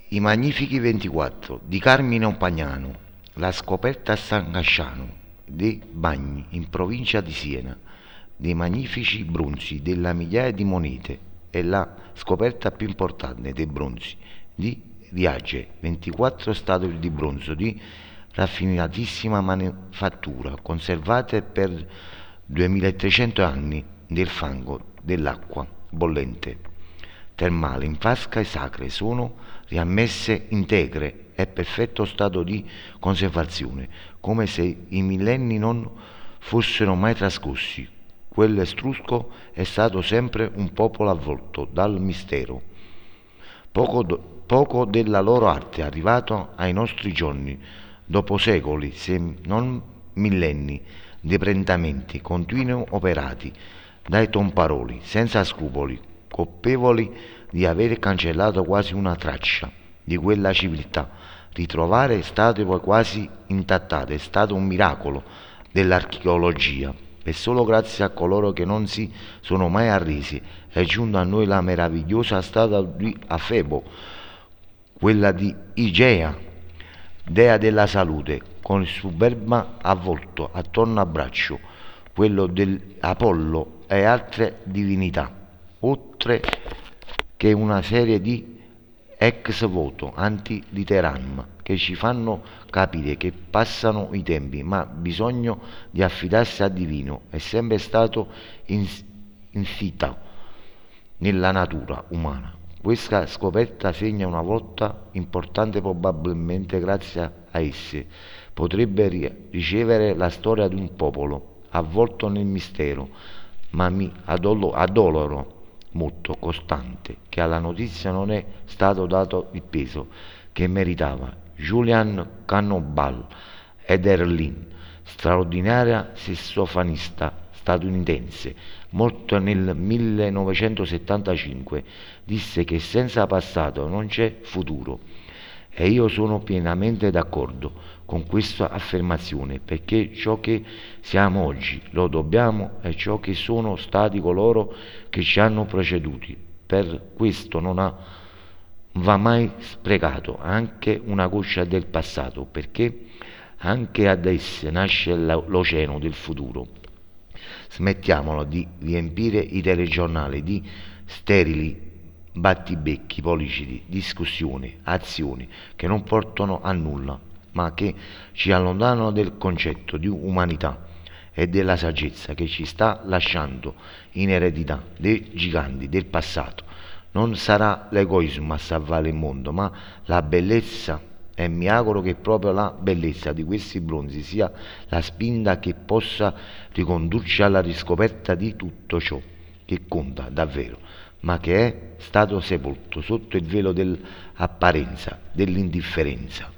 I Magnifici 24 di Carmine Opagnano, la scoperta a San Casciano dei Bagni in provincia di Siena dei magnifici bronzi della migliaia di monete e la scoperta più importante dei bronzi di Riace, 24 statue di bronzo di raffinatissima manifattura conservate per 2300 anni nel fango dell'acqua bollente termale in vasche sacre sono riammesse integre e perfetto stato di conservazione, come se i millenni non fossero mai trascorsi. Quell'Etrusco è stato sempre un popolo avvolto dal mistero. Poco della loro arte è arrivato ai nostri giorni, dopo secoli, se non millenni, di prendamenti continui operati dai tomparoli, senza scrupoli, colpevoli di aver cancellato quasi una traccia di quella civiltà. Ritrovare statue quasi intattate è stato un miracolo dell'archeologia e solo grazie a coloro che non si sono mai arresi è giunta a noi la meravigliosa statua di Afebo, quella di Igea, dea della salute, con il superbo avvolto attorno al braccio, quello dell'Apollo e altre divinità, oltre che una serie di ex voto anti-litteram che ci fanno capire che passano i tempi, ma bisogno di affidarsi al divino è sempre stato insito nella natura umana. Questa scoperta segna una volta importante, probabilmente grazie a esse potrebbe ricevere la storia di un popolo avvolto nel mistero, ma mi addoloro molto costante che alla notizia non è stato dato il peso che meritava. Julian Cannonball Ederlin, straordinaria sessofonista statunitense, morto nel 1975, disse che senza passato non c'è futuro. E io sono pienamente d'accordo con questa affermazione, perché ciò che siamo oggi lo dobbiamo a ciò che sono stati coloro che ci hanno preceduti. Per questo non va mai sprecato anche una goccia del passato, perché anche ad esse nasce l'oceano del futuro. Smettiamola di riempire i telegiornali di sterili battibecchi politici, discussioni, azioni che non portano a nulla, ma che ci allontanano dal concetto di umanità e della saggezza che ci sta lasciando in eredità dei giganti del passato. Non sarà l'egoismo a salvare il mondo, ma la bellezza, e mi auguro che proprio la bellezza di questi bronzi sia la spinta che possa ricondurci alla riscoperta di tutto ciò che conta davvero, ma che è stato sepolto sotto il velo dell'apparenza, dell'indifferenza.